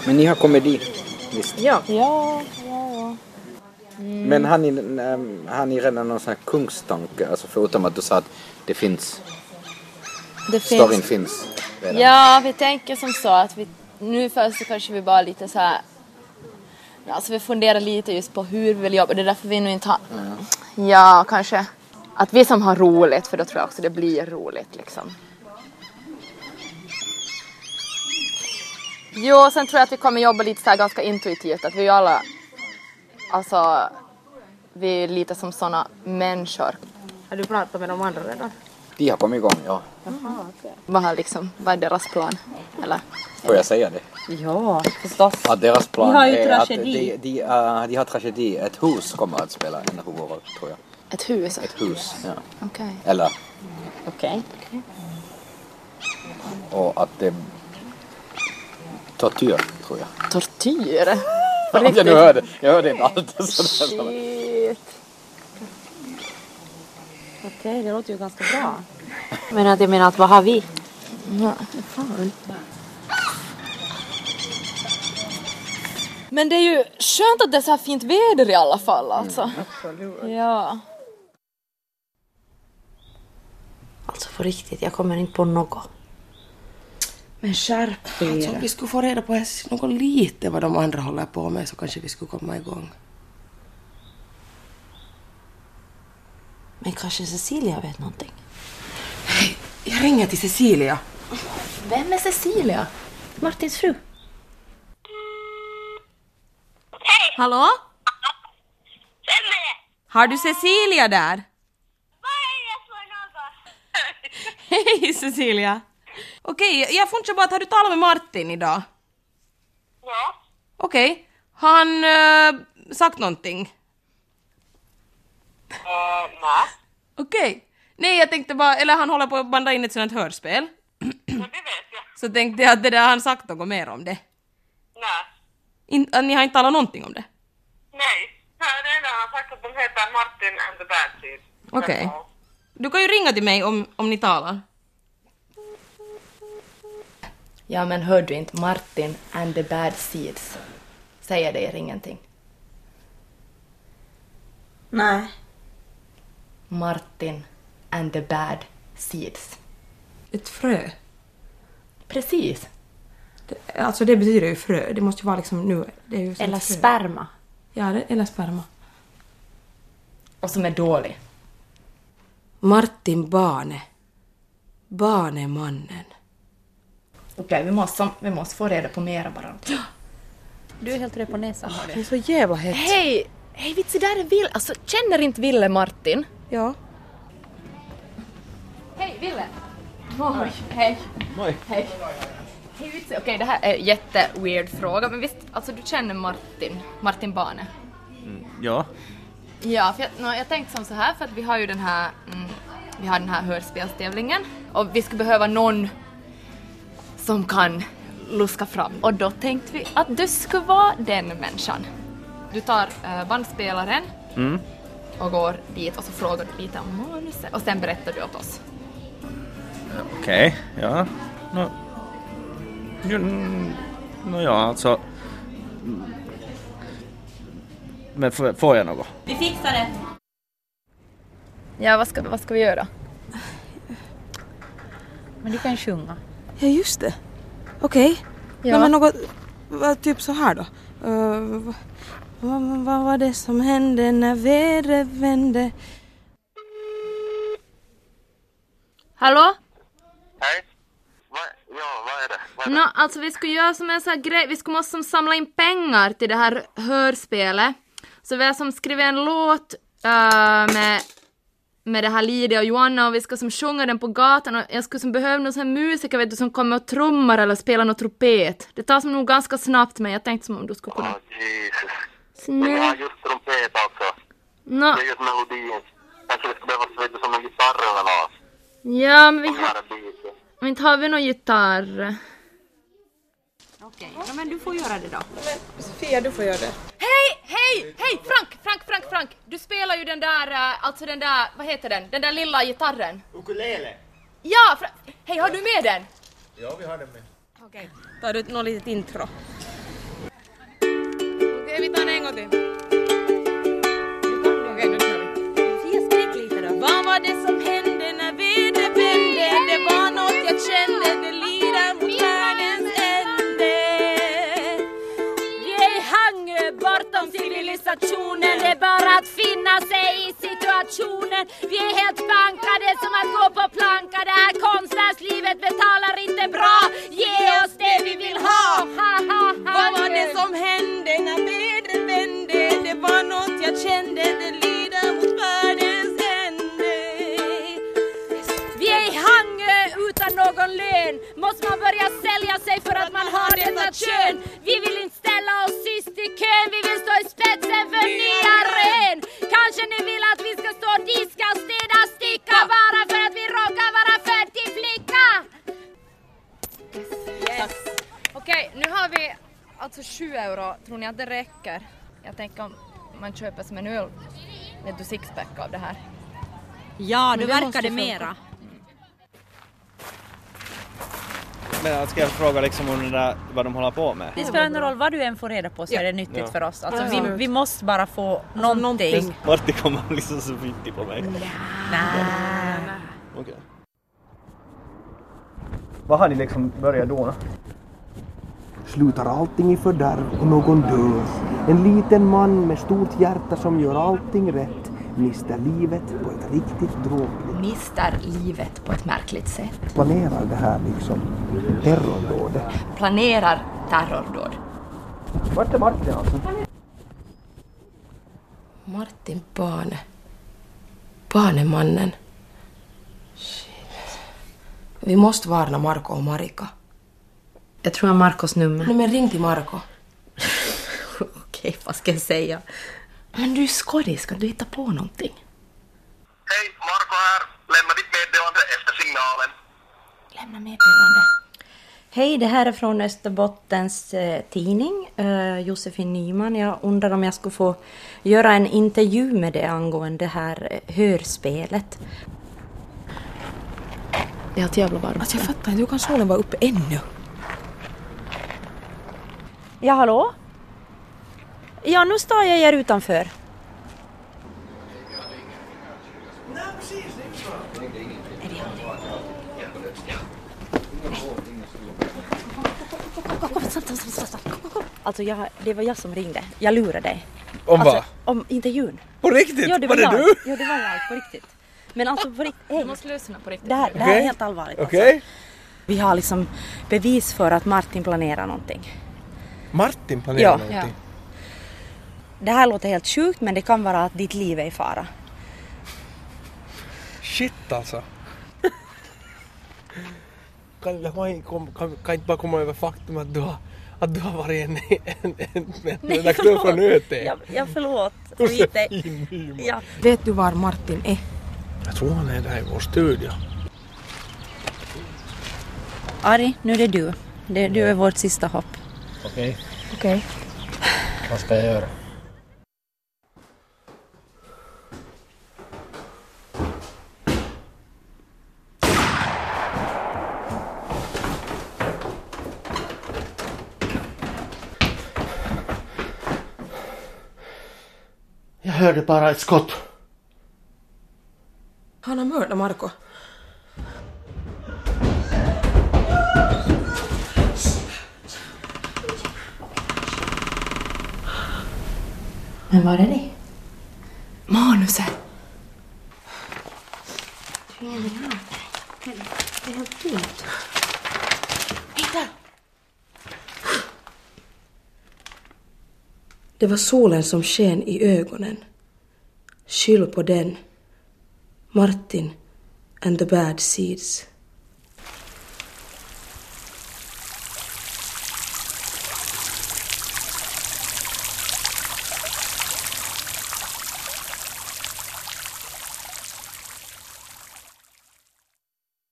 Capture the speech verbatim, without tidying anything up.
Men ni har komedi, visst? Ja. Ja, ja, ja. Mm. Men har ni, har ni redan någon sån här kungstanke? Alltså förutom att du sa att det finns... Det storyn finns... finns redan. Ja, vi tänker som så att vi... Nu först så kanske vi bara lite så här... Alltså vi funderar lite just på hur vi vill jobba. Det är därför vi nu inte har... Mm. Ja, kanske... Att vi som har roligt, för då tror jag också det blir roligt liksom. Jo, sen tror jag att vi kommer jobba lite så här ganska intuitivt. Att vi alla... Alltså... Vi är lite som såna människor. Har du pratat med de andra redan? De har kommit igång, ja. Jaha, okej. Vad har liksom, vad är deras plan? Eller? Får jag säga det? Ja, förstås. Att deras plan de har ju är tragedi. att de, de, uh, de har tragedi. Ett hus kommer att spela en huvudroll, tror jag. Ett hus? Ett hus, ja. Okej. Okay. Eller? Okej. Okay. Och att det... Tortyr, tror jag. Tortyr? Ja, jag, hörde, jag hörde inte allt. Shit. Okej, okay, det låter ju ganska bra. Men att jag menar att vad har vi? Ja, fan. Men det är ju skönt att det är så här fint väder i alla fall alltså. Mm, absolut. Ja. Alltså för riktigt, jag kommer inte på något. Men skärp er. Alltså om vi skulle få reda på något lite vad de andra håller på med så kanske vi skulle komma igång. Men kanske Cecilia vet någonting. Hej, jag ringer till Cecilia. Vem är Cecilia? Martins fru. Hej! Hallå? Vem är det? Har du Cecilia där? Vad är det för något? Hej Cecilia. Okej, jag funderar bara att har du talat med Martin idag? Ja. Okej, har han uh, sagt någonting? Uh, nej. Okej. Nej, jag tänkte bara, eller han håller på att banda in ett sådant hörspel. Ja, det vet jag. Så tänkte jag att det där han sagt något mer om det. Nej. In, ni har inte talat någonting om det? Nej. Det är det han sagt att de heter Martin and the Bad Seeds. Okej. Okay. Du kan ju ringa till mig om, om ni talar. Ja, men hör du inte Martin and the Bad Seeds? Säger det er ingenting? Nej. Martin and the Bad Seeds. Ett frö? Precis. Det, alltså det betyder ju frö. Det måste ju vara liksom nu. Det är ju eller frö. sperma. Ja, det, eller sperma. Och som är dålig. Martin Bane. Banemannen. Okej, okay, vi, måste, vi måste få reda på mera bara. Du är helt röd på näsan. Oh, det är så jävla hett. Hej! Hej, vitsi, där är Ville. Alltså, känner inte Ville Martin? Ja. Hej, Ville. Oj, hej. Oj. Hej. Hej, vitsi. Okej, okay, det här är en jätteweird fråga. Men visst, alltså du känner Martin. Martin Bane. Mm, ja. Ja, för jag, no, jag tänkte som så här. För att vi har ju den här... Mm, vi har den här hörspelstävlingen. Och vi skulle behöva någon som kan luska fram. Och då tänkte vi att du skulle vara den människan. Du tar uh, bandspelaren mm. och går dit och så frågar du lite om manuset. Och sen berättar du åt oss. Okej, okay, ja. No, jo, no, ja, alltså... Men får, får jag något? Vi fixar det. Ja, vad ska, vad ska vi göra? Men du kan sjunga. Ja, just det. Okej. Okay. Ja. Men något... Vad, typ så här då. Uh, vad, vad, vad var det som hände när vädret vände? Hallå? Hej. Va? Ja, vad är det? Vad är det? No, alltså vi skulle göra som en sån här grej. Vi skulle måste samla in pengar till det här hörspelet. Så vi har som skrivit en låt uh, med, med det här Lidia och Joanna. Och vi ska som sjunga den på gatan. Och jag skulle som behöva någon sån här musiker vet du, som kommer och trummar eller spelar något trumpet. Det tar som nog ganska snabbt, men jag tänkte som om du skulle kunna... Åh, Jesus. Snö. Jag har just trumpet alltså. No. Det är just melodin. Kanske det skulle behövas lite som en gitarr eller något. Ja, men vi Om jag har... har en bit. Men inte har vi någon gitarr. Okej, okay. Ja, men du får göra det då. Men Sofia, du får göra det. Hej, hej, hej, Frank, Frank, Frank, Frank. Du spelar ju den där, uh, alltså den där, vad heter den? Den där lilla gitarren. Ukulele. Ja, Fra- hej, har du med den? Ja, vi har den med. Okej. Tar du något litet intro? en gång till. Okej, nu kör vi. Jag skrik lite då. Vad var det som hände när vädret vände? Det var något jag kände, det lirar mot världens ände. Vi är hangö bortom civilisationen. Det är bara att finna sig i situationen. Vi är helt bankade som att gå på planka. Det här konstnärslivet betalar inte bra. Ge oss det vi vill ha. Ha, ha, ha. Vad var det som hände när vädret vände? Det var något jag kände, det lirar mot världens ände. Vi är i hangö utan någon lön. Måste man börja sälja sig för att man har detta kön? Vi vill inte ställa oss sist i kön. Vi vill stå i spetsen för nya rön. Kanske ni vill att vi ska stå och diska, städa, sticka bara för att vi råkar vara född till flicka. Yes. Okej, nu har vi alltså sju euro. Tror ni att det räcker? Jag tänker om man köper som en öl, vet du, sixpack av det här. Ja, nu verkar det mera. Men ska jag fråga liksom om det där, vad de håller på med? Det spelar ingen roll vad du än får reda på så ja. Är det nyttigt ja. För oss. Alltså, ja, vi, vi måste bara få alltså, någonting. någonting. Martin kommer liksom så fittig på mig. Nej. Okej. Okay. Vad har ni liksom börjat dona? Slutar allting i fördärv och någon dör. En liten man med stort hjärta som gör allting rätt mister livet på ett riktigt dråpligt. Mister livet på ett märkligt sätt. Planerar det här liksom terrordåd. Planerar terrordåd. Vart är Martin alltså? Martin Bane. Banemannen. Shit. Vi måste varna Marko och Marika. Jag tror jag har Marcos nummer. Nej, men ring till Marko. Okej, vad ska jag säga? Men du är skådis, ska du hitta på någonting? Hej, Marko här. Lämna ditt meddelande efter signalen. Lämna meddelande. Hej, det här är från Österbottens eh, tidning. Eh, Josefin Nyman. Jag undrar om jag skulle få göra en intervju med dig angående det här eh, hörspelet. Det är helt jävla varmt. Alltså jag fattar inte, hur kan solen vara uppe ännu? Ja, hallå? Ja, nu står jag här utanför. Nej, precis. Är det han? Alltså, jag, det var jag som ringde. Jag lurade dig. Om alltså, vad? Om intervjun. På riktigt? Ja, det var, var det jag. du? Ja, det var jag. På riktigt. Men alltså, på riktigt. Hey. Du måste lyssna på riktigt. Det här, det här okay. är helt allvarligt. Okej. Okay. Alltså. Vi har liksom bevis för att Martin planerar någonting. Martin planerar ja. någonting? Ja. Det här låter helt sjukt, men det kan vara att ditt liv är i fara. Shit alltså. kan, jag kan, kan, kan inte bara komma över faktum att du har, att du har varit en, en, en, en Nej, redaktör från Öte. Jag, jag förlåt. Josefin ja. Vet du var Martin är? Jag tror han är där i vår studio. Ari, nu är det du. Det, du är vårt sista hopp. Okej. Okay. Okej. Okay. Vad ska jag göra? Jag hörde bara ett skott. Han har mördat Marko. Men var är det? Manuset. Hur är det här? Det är helt tomt. Hitta! Det var solen som sken i ögonen. Skyll på den. Martin and the bad seeds.